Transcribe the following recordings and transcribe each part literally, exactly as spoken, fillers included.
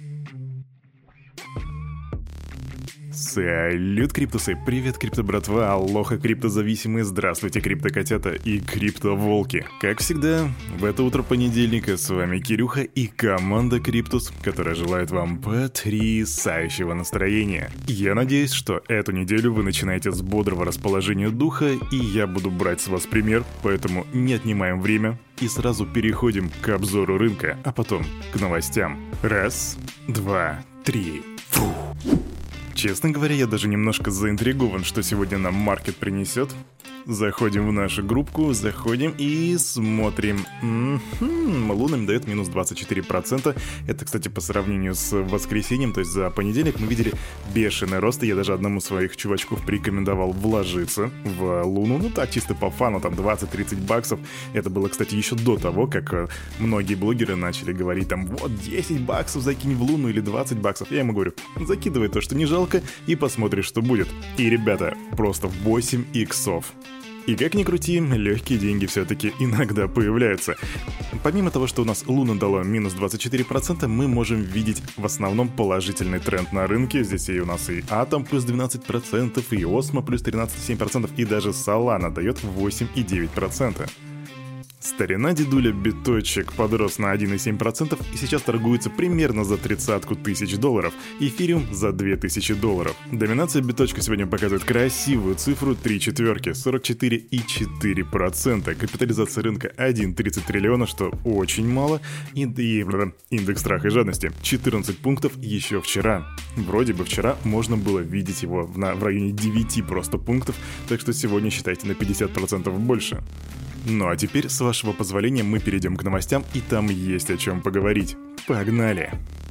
Салют, криптусы! Привет, крипто-братва, алоха, криптозависимые, здравствуйте, криптокотята и криптоволки! Как всегда, в это утро понедельника с вами Кирюха и команда Криптус, которая желает вам потрясающего настроения. Я надеюсь, что эту неделю вы начинаете с бодрого расположения духа, и я буду брать с вас пример, поэтому не отнимаем время и сразу переходим к обзору рынка, а потом к новостям. Раз, два, три, фу! Честно говоря, я даже немножко заинтригован, что сегодня нам маркет принесет. Заходим в нашу группку, заходим и смотрим. М-м-м, Лунами дает минус двадцать четыре процента. Это, кстати, по сравнению с воскресеньем, то есть за понедельник мы видели бешеный рост. И я даже одному из своих чувачков порекомендовал вложиться в Луну. Ну так, чисто по фану, там двадцать-тридцать баксов. Это было, кстати, еще до того, как многие блогеры начали говорить там: вот, десять баксов закинь в Луну или двадцать баксов. Я ему говорю: закидывай то, что не жалко, и посмотришь, что будет. И, ребята, просто восемь иксов. И как ни крути, легкие деньги все-таки иногда появляются. Помимо того, что у нас Луна дала минус двадцать четыре процента, мы можем видеть в основном положительный тренд на рынке. Здесь и у нас и Атом плюс двенадцать процентов, и Осмо плюс тринадцать целых семь десятых процента, и даже Solana дает восемь целых девять десятых процента. Старина дедуля биточек подрос на один целых семь десятых процента и сейчас торгуется примерно за тридцатку тысяч долларов. Эфириум за две тысячи долларов. Доминация биточка сегодня показывает красивую цифру три четверки, сорок четыре целых четыре десятых процента. Капитализация рынка один целых тридцать триллиона, что очень мало. И, и индекс страха и жадности четырнадцать пунктов еще вчера. Вроде бы вчера можно было видеть его в, на, в районе девяти просто пунктов, так что сегодня считайте на пятьдесят процентов больше. Ну а теперь, с вашего позволения, мы перейдем к новостям, и там есть о чем поговорить. Погнали!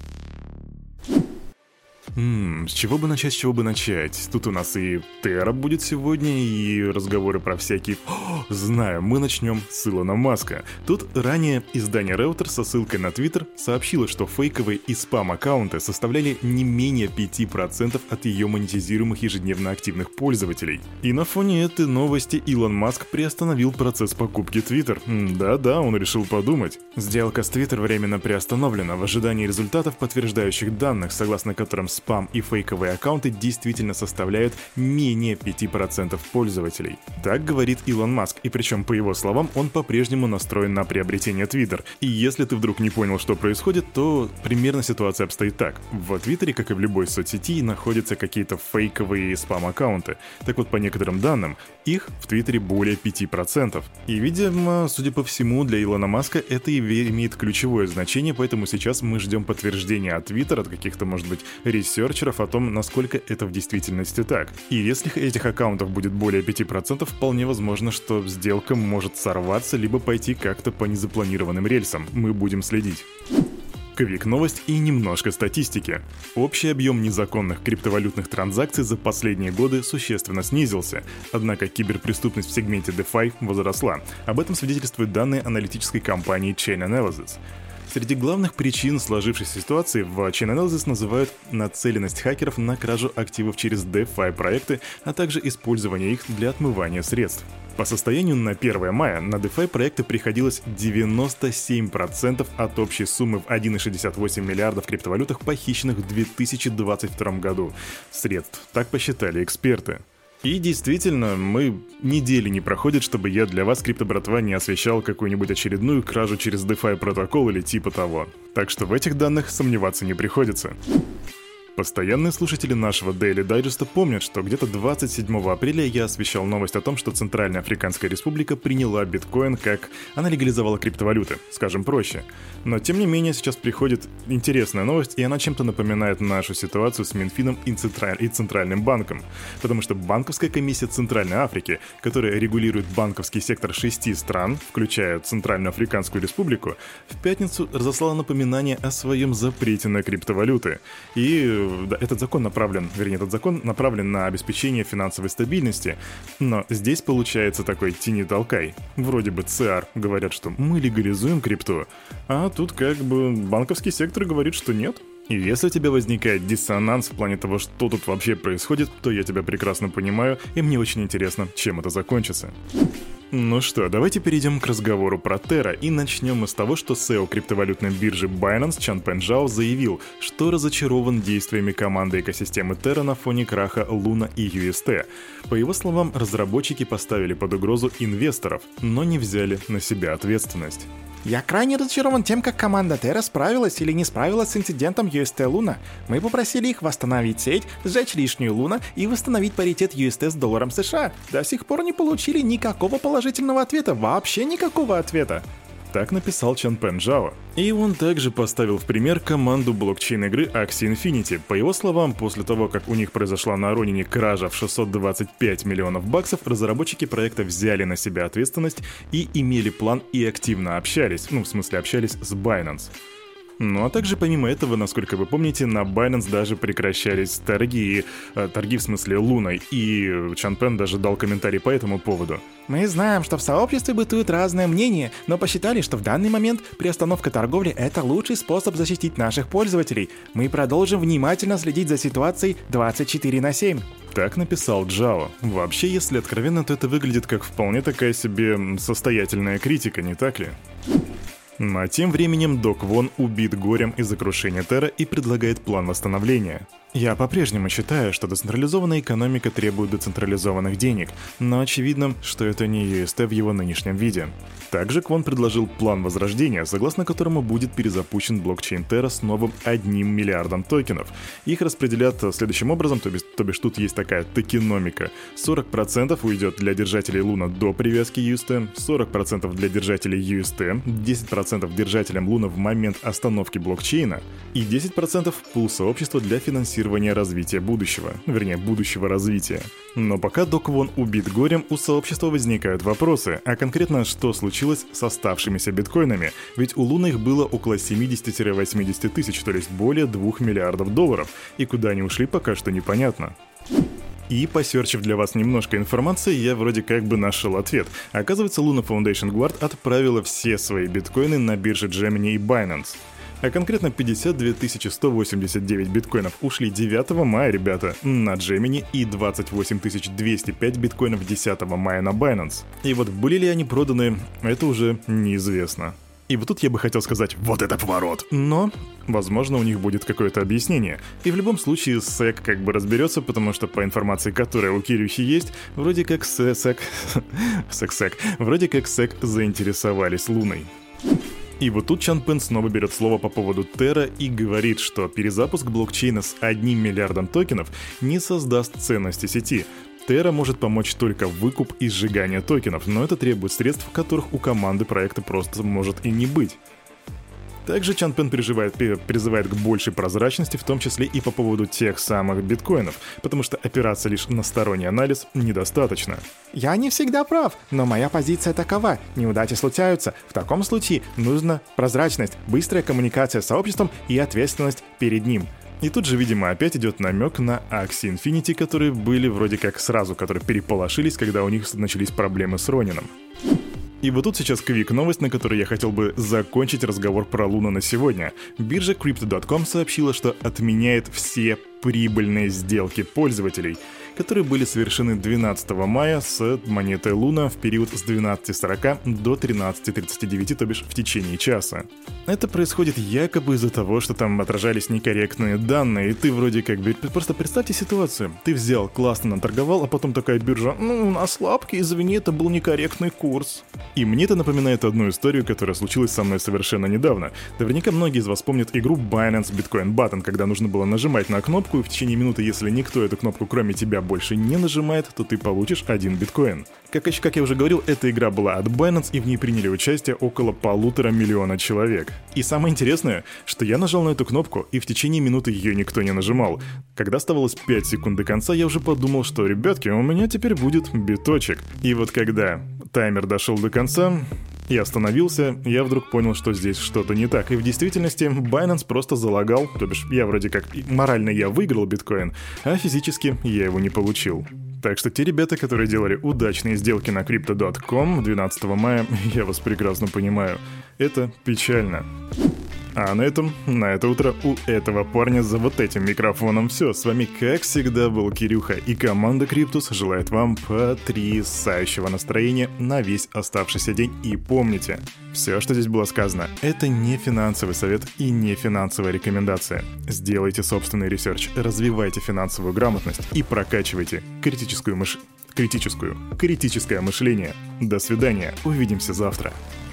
Ммм, с чего бы начать, с чего бы начать? Тут у нас и Терра будет сегодня, и разговоры про всякие... О, знаю, мы начнем с Илона Маска. Тут ранее издание Reuters со ссылкой на Twitter сообщило, что фейковые и спам-аккаунты составляли не менее пять процентов от ее монетизируемых ежедневно активных пользователей. И на фоне этой новости Илон Маск приостановил процесс покупки Twitter. Да-да, он решил подумать. Сделка с Twitter временно приостановлена в ожидании результатов, подтверждающих данных, согласно которым спам и фейковые аккаунты действительно составляют менее пяти процентов пользователей. Так говорит Илон Маск, и причем, по его словам, он по-прежнему настроен на приобретение Twitter. И если ты вдруг не понял, что происходит, то примерно ситуация обстоит так. В Твиттере, как и в любой соцсети, находятся какие-то фейковые спам-аккаунты. Так вот, по некоторым данным, их в Твиттере более пяти процентов. И, видимо, судя по всему, для Илона Маска это имеет ключевое значение, поэтому сейчас мы ждем подтверждения от Твиттера, от каких-то, может быть, ресерчеров о том, насколько это в действительности так. И если этих аккаунтов будет более пяти процентов, вполне возможно, что сделка может сорваться, либо пойти как-то по незапланированным рельсам. Мы будем следить. Квик-новость и немножко статистики. Общий объем незаконных криптовалютных транзакций за последние годы существенно снизился, однако киберпреступность в сегменте DeFi возросла. Об этом свидетельствуют данные аналитической компании Chainalysis. Среди главных причин сложившейся ситуации в Chainalysis называют нацеленность хакеров на кражу активов через DeFi-проекты, а также использование их для отмывания средств. По состоянию на первое мая на DeFi-проекты приходилось девяносто семь процентов от общей суммы в один целых шестьдесят восемь сотых миллиардов криптовалютах, похищенных в две тысячи двадцать втором году. Средств, так посчитали эксперты. И действительно, мы недели не проходит, чтобы я для вас, крипто-братва, не освещал какую-нибудь очередную кражу через DeFi протокол или типа того. Так что в этих данных сомневаться не приходится. Постоянные слушатели нашего Daily Digest помнят, что где-то двадцать седьмого апреля я освещал новость о том, что Центральная Африканская Республика приняла биткоин, как она легализовала криптовалюты, скажем проще. Но тем не менее сейчас приходит интересная новость, и она чем-то напоминает нашу ситуацию с Минфином и, Централь... и Центральным банком. Потому что банковская комиссия Центральной Африки, которая регулирует банковский сектор шести стран, включая Центральную Африканскую Республику, в пятницу разослала напоминание о своем запрете на криптовалюты. И этот закон направлен, вернее, этот закон направлен на обеспечение финансовой стабильности, но здесь получается такой тяни-толкай. Вроде бы ЦАР говорят, что мы легализуем крипту, а тут как бы банковский сектор говорит, что нет. И если у тебя возникает диссонанс в плане того, что тут вообще происходит, то я тебя прекрасно понимаю, и мне очень интересно, чем это закончится. Ну что, давайте перейдем к разговору про Terra, и начнем мы с того, что си и о криптовалютной биржи Binance Чанпен Жао заявил, что разочарован действиями команды экосистемы Terra на фоне краха Luna и ю эс ти. По его словам, разработчики поставили под угрозу инвесторов, но не взяли на себя ответственность. Я крайне разочарован тем, как команда Terra справилась или не справилась с инцидентом ю эс ти Luna. Мы попросили их восстановить сеть, сжечь лишнюю Luna и восстановить паритет ю эс ти с долларом США. До сих пор не получили никакого положительного ответа, вообще никакого ответа. Так написал Чанпен Жао. И он также поставил в пример команду блокчейн-игры Axie Infinity. По его словам, после того, как у них произошла на Ронине кража в шестьсот двадцать пять миллионов баксов, разработчики проекта взяли на себя ответственность и имели план и активно общались, ну, в смысле общались с Binance. Ну а также помимо этого, насколько вы помните, на Binance даже прекращались торги, э, торги в смысле Луной, и Чанпен даже дал комментарий по этому поводу. Мы знаем, что в сообществе бытует разное мнение, но посчитали, что в данный момент приостановка торговли — это лучший способ защитить наших пользователей. Мы продолжим внимательно следить за ситуацией двадцать четыре на семь. Так написал Джао. Вообще, если откровенно, то это выглядит как вполне такая себе состоятельная критика, не так ли? А тем временем Док Вон убит горем из-за крушения Terra и предлагает план восстановления. Я по-прежнему считаю, что децентрализованная экономика требует децентрализованных денег, но очевидно, что это не ю эс ти в его нынешнем виде. Также Квон предложил план возрождения, согласно которому будет перезапущен блокчейн Terra с новым одним миллиардом токенов. Их распределят следующим образом, то бишь, то бишь тут есть такая токеномика. сорок процентов уйдет для держателей Луна до привязки ю эс ти, сорок процентов для держателей ю эс ти, десять процентов держателям Луна в момент остановки блокчейна и десять процентов в пул сообщества для финансирования развития будущего, вернее, будущего развития. Но пока Док Вон убит горем, у сообщества возникают вопросы, а конкретно что случилось с оставшимися биткоинами, ведь у Луны их было около семьдесят-восемьдесят тысяч, то есть более двух миллиардов долларов, и куда они ушли, пока что непонятно. И, посерчив для вас немножко информации, я вроде как бы нашел ответ. Оказывается, Luna Foundation Guard отправила все свои биткоины на биржи Gemini и Binance. А конкретно пятьдесят две тысячи сто восемьдесят девять биткоинов ушли девятого мая, ребята, на Gemini, и двадцать восемь тысяч двести пять биткоинов десятого мая на Binance. И вот были ли они проданы, это уже неизвестно. И вот тут я бы хотел сказать «вот это поворот!», но, возможно, у них будет какое-то объяснение. И в любом случае сэк как бы разберется, потому что по информации, которая у Кирюхи есть, вроде как сэк... сэк-сэк... вроде как сэк заинтересовались Луной. И вот тут Чанпен снова берет слово по поводу Terra и говорит, что перезапуск блокчейна с одним миллиардом токенов не создаст ценности сети. Terra может помочь только выкуп и сжигание токенов, но это требует средств, которых у команды проекта просто может и не быть. Также Чанпен призывает, призывает к большей прозрачности, в том числе и по поводу тех самых биткоинов, потому что опираться лишь на сторонний анализ недостаточно. Я не всегда прав, но моя позиция такова. Неудачи случаются. В таком случае нужна прозрачность, быстрая коммуникация с сообществом и ответственность перед ним. И тут же, видимо, опять идет намек на Axie Infinity, которые были вроде как сразу, которые переполошились, когда у них начались проблемы с Ронином. И вот тут сейчас квик новость, на которой я хотел бы закончить разговор про Луну на сегодня. Биржа крипто точка ком сообщила, что отменяет все прибыльные сделки пользователей, которые были совершены двенадцатого мая с монетой Луна в период с двенадцати сорока до тринадцати тридцати девяти, то бишь в течение часа. Это происходит якобы из-за того, что там отражались некорректные данные, и ты вроде как бы... Просто представьте ситуацию. Ты взял, классно наторговал, а потом такая биржа: ну, у нас лапки, извини, это был некорректный курс. И мне это напоминает одну историю, которая случилась со мной совершенно недавно. Наверняка многие из вас помнят игру Binance Bitcoin Button, когда нужно было нажимать на кнопку, и в течение минуты, если никто эту кнопку кроме тебя больше не нажимает, то ты получишь один биткоин. Как, как я уже говорил, эта игра была от Binance, и в ней приняли участие около полутора миллиона человек. И самое интересное, что я нажал на эту кнопку, и в течение минуты ее никто не нажимал. Когда оставалось пять секунд до конца, я уже подумал, что, ребятки, у меня теперь будет биточек. И вот когда таймер дошел до конца и остановился, я вдруг понял, что здесь что-то не так. И в действительности Binance просто залагал, то бишь я вроде как морально я выиграл биткоин, а физически я его не получил. Так что те ребята, которые делали удачные сделки на крипто точка ком двенадцатого мая, я вас прекрасно понимаю. Это печально. А на этом, на это утро у этого парня за вот этим микрофоном все. С вами, как всегда, был Кирюха, и команда Криптус желает вам потрясающего настроения на весь оставшийся день. И помните, все, что здесь было сказано, это не финансовый совет и не финансовая рекомендация. Сделайте собственный ресерч, развивайте финансовую грамотность и прокачивайте критическую мыш... критическую, критическое мышление. До свидания, увидимся завтра.